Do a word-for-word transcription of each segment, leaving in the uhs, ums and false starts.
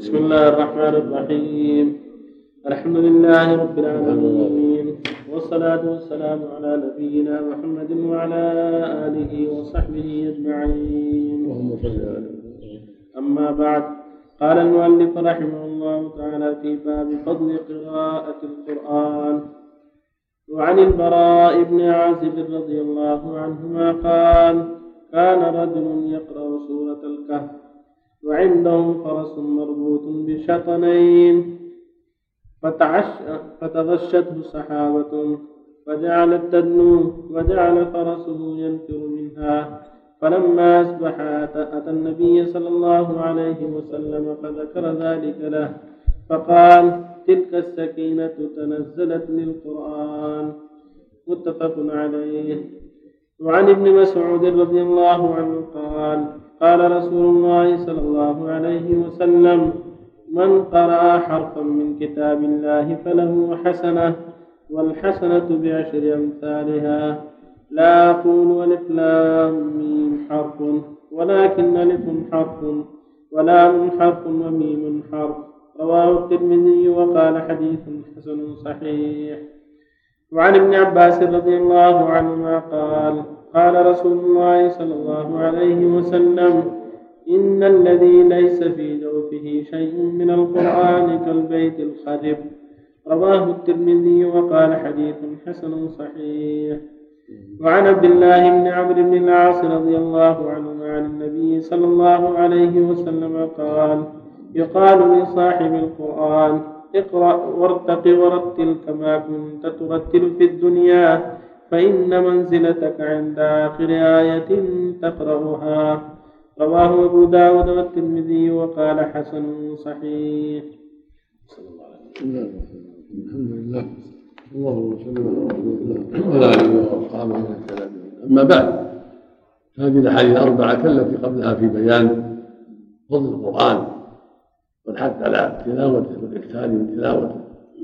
بسم الله الرحمن الرحيم. الحمد لله رب العالمين، والصلاة والسلام على نبينا محمد وعلى آله وصحبه أجمعين. أما بعد، قال المؤلف رحمه الله تعالى في باب فضل قراءة القرآن. وعن البراء بن عازب رضي الله عنهما قال: كان رجل يقرأ سورة الكهف وعندهم فرس مربوط بشطنين، فتغشته سحابة فجعلت تدنو وجعل فرسه ينفر منها. فلما أصبح أتى النبي صلى الله عليه وسلم فذكر ذلك له، فقال: تلك السكينة تنزلت للقرآن. متفق عليه. وعن ابن مسعود رضي الله عنه قال: قال رسول الله صلى الله عليه وسلم: من قرأ حرفا من كتاب الله فله حسنة، والحسنة بعشر أمثالها. لا أقول ألف لام ميم حرف، ولكن ألف حرف ولام حرف وميم حرف. رواه الترمذي وقال حديث حسن صحيح. وعن ابن عباس رضي الله عنهما قال: قال رسول الله صلى الله عليه وسلم: إن الذي ليس في جوفه شيء من القرآن كالبيت الخرب. رواه الترمذي وقال حديث حسن صحيح. وعن عبد الله بن عمرو بن العاص رضي الله عنه عن النبي صلى الله عليه وسلم قال: يقال لصاحب القرآن: اقرأ وارتق ورتل كما كنت ترتل في الدنيا، فإن منزلتك عند آخر آية تقرأها. رواه أبو داود والترمذي وقال حسن صحيح. صلى الله عليه وسلم. الحمد لله، اللهم صل على رسول الله وعلى آله وأصحابه ومن اهتدى بهداه. أما بعد، هذه الأحاديث الأربعة كالتي قبلها في بيان فضل القرآن والحث على تلاوته والإكثار من تلاوته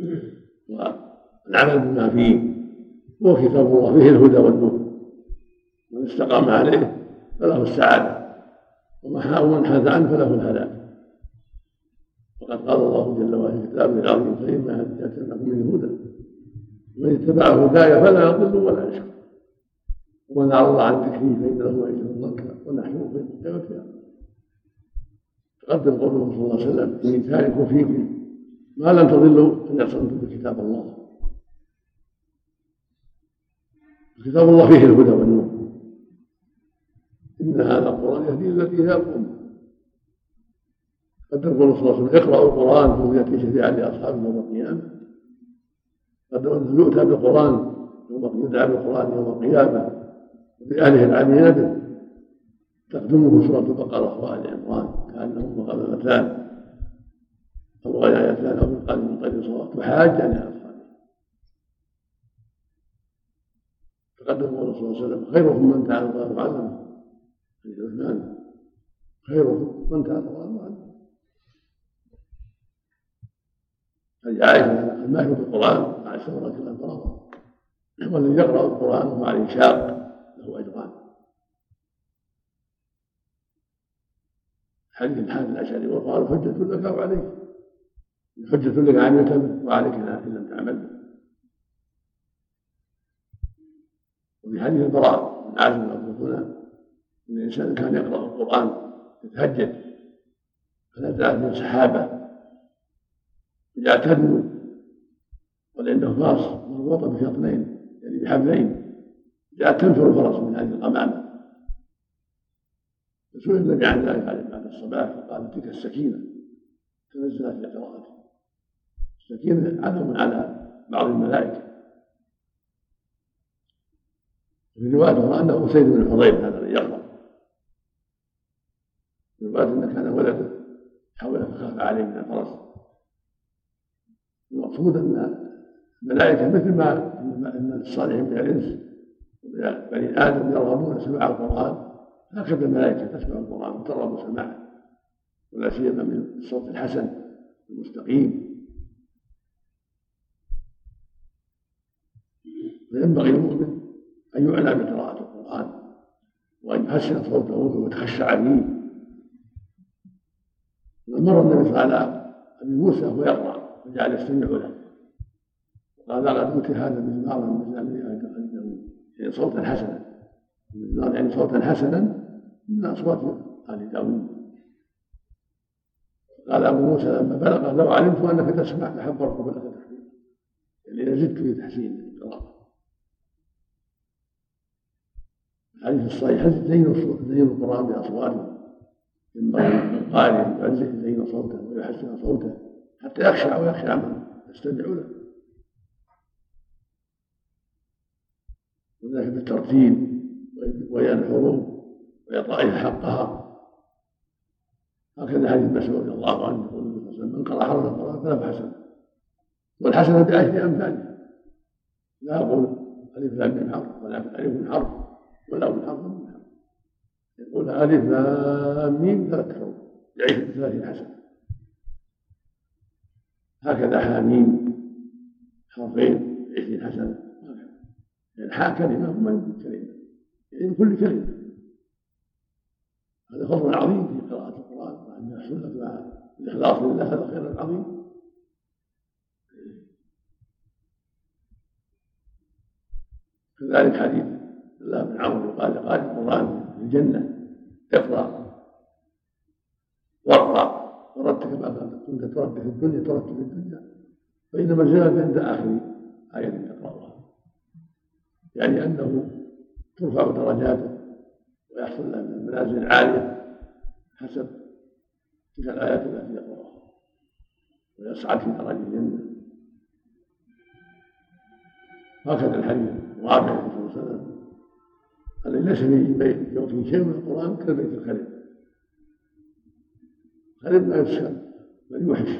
والعمل بما فيه. هو كتاب الله فيه الهدى والنور، من استقام عليه فله السعادة، ومن حاد عنه فله الهلاك. وقد قال الله جل وعلا في كتابه العظيم: فإما يأتينكم منه هدى ومن اتبع هداي فلا يضل ولا يشقى، ومن أعرض عن ذكري فإن له معيشة ضنكا ونحشره يوم القيامة. تقدم قوله صلى الله عليه وسلم: إني تارك فيكم ما لم تضلوا إن اعتصمتم بكتاب الله. كتاب الله فيه الهدى والنور. إن هذا القرآن يهدي التي هي أقوم. قد يقول صلى الله عليه وسلم: اقرأوا القرآن ثم يأتي شفيعا لأصحابه يوم القيامة. قد يؤتى بالقرآن يوم يدعى بالقرآن يوم القيامة وبأهله العاملين به، تقدمه سورة البقرة وآل عمران كأنهما غمامتان أو غيايتان أو من قلب منقبضات تحاجان على أصحابه. تقدم قول صلى الله عليه وسلم: خيركم من تعالى الله وعلمه. حديث عثمان: خيركم من تعالى الله وعلمه. هذه عائشة: الماهر بالقرآن مع السورة الأنفار، والذي يقرأ القرآن وهو عليه شاق له أجران. حديث الحارث الأشعري: وقال: حجة لك أو عليك، حجة لك عملت به وعليك إن لم تعمل به. وفي حديث البراء بن عازب هنا ان الانسان كان يقرا القران يتهجد فنزلت من سحابه جاء تدنو وعنده فرس مربوطه بشطنين يعني بحبلين، جاءت تنفر الفرس من هذه الغمامه. فسئل النبي عن ذلك بعد الصباح فقال: تلك السكينه تنزلت لقراءته. السكينه علم على بعض الملائكه. في رواية أنه أسيد بن الحضير هذا الذي يقرأ. في رواية أنه كان ولده حوله فخاف عليه من الفرس. المقصود أن الملائكة مثل ما أن الصالحين من الإنس بني آدم يرغبون سماع القرآن، هكذا الملائكة تسمع القرآن وترغب سماعه، ولا سيما من الصوت الحسن المستقيم. فينبغي المؤمن أن يعنى بقراءة القرآن وأن يحسن صوته ويتخشع فيه مر النبي صلى الله عليه وسلم على ابي موسى وهو يقرا فجعل يستمع له قال لقد اوتي هذا المزمار من مزامير صوتا حسنا، المزمار يعني صوتا حسنا من اصوات ال داوود. قال ابو موسى لما بلغ لو علمت انك تسمع لحبرت لك تحسين، يعني زدت في تحسين القراءه. الحديث الصحيح زين زين القران باصوات، ينبغي القارئ ان يزين صوته ويحسن صوته حتى يخشع ويخشع من يستمع له، وذلك بالترتيل وبيان الحروف وإعطائها حقها. هكذا حديث مسعود رضي الله عنه يقول من قرأ حرف القرآن فله حسنة، والحسنة بعشر أمثالها، لا أقول ألف لام ميم حرف ولا ألف حرف ولا ألف حرف من حرف، يقول ألف لام ميم ثلاث حروف بعشر ثلاثين حسنة. هكذا حاميم حرفين بعشرين حسنة، يعني حا كلمة وما يمكن كلمة، يعني من كل كلمة. هذا فضل عظيم في قراءة القرآن مع أن السنة مع الإخلاص لله، هذا خير عظيم. كذلك حديث الله بن عمرو قال قال القرآن في الجنة اقرأ واقرأ ورتك كما كنت ترد في الدنيا ترد في الدنيا، فإن منزلك عند آخر آية تقرأها، يعني أنه ترفع درجاته ويحصل له من المنازل العالية حسب تلك الآيات التي يقرأها، ويصعد في درجة الجنة. هكذا الحديث الرابع صلى الله عليه وسلم الذي ليس في شيء من القرآن كالبيت الخرب. الخرب لا يسكن بل يوحش.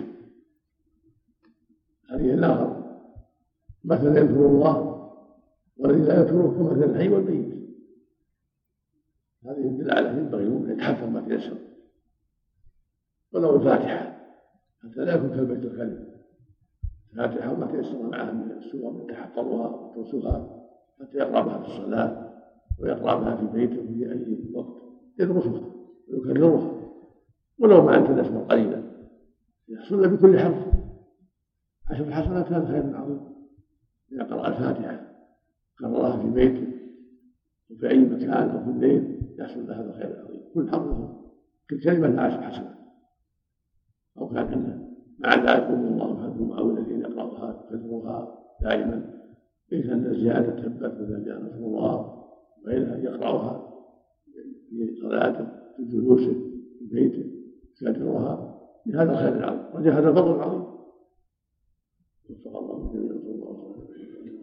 الحديث الآخر مثل يذكر الله والذي لا يذكره كمثل الحي والميت. هذه يدل على ينبغي ان يتحفظ ما تيسر ولو الفاتحه حتى لا يكون كالبيت الخرب. الفاتحه وما تيسر معها من السور يتحفظها ويدرسها حتى يقرا بها في الصلاه ويقرا بها في بيته في اي وقت، يدرسها ويكررها ولو ما انت الاسماء قليلا يحصل بكل حرف عشر حسنات. هذا خير عظيم. اذا قرا الفاتحه قررها في بيته وفي أي مكان أو في الليل يحصل له هذا الخير العظيم. كل حرف كل كلمة لها عشر حسنات. أو كان عنه مع ذلك يقول الله فاتهم أو الذين يقرأوها يكرروها دائما، ليس أن الزيادة تثبت إذا جاء نصر الله وإلا يقرأها في صلاته في جلوسه في بيته يكررها لهذا الخير العظيم وجه هذا الفضل العظيم. وفق الله جميعا.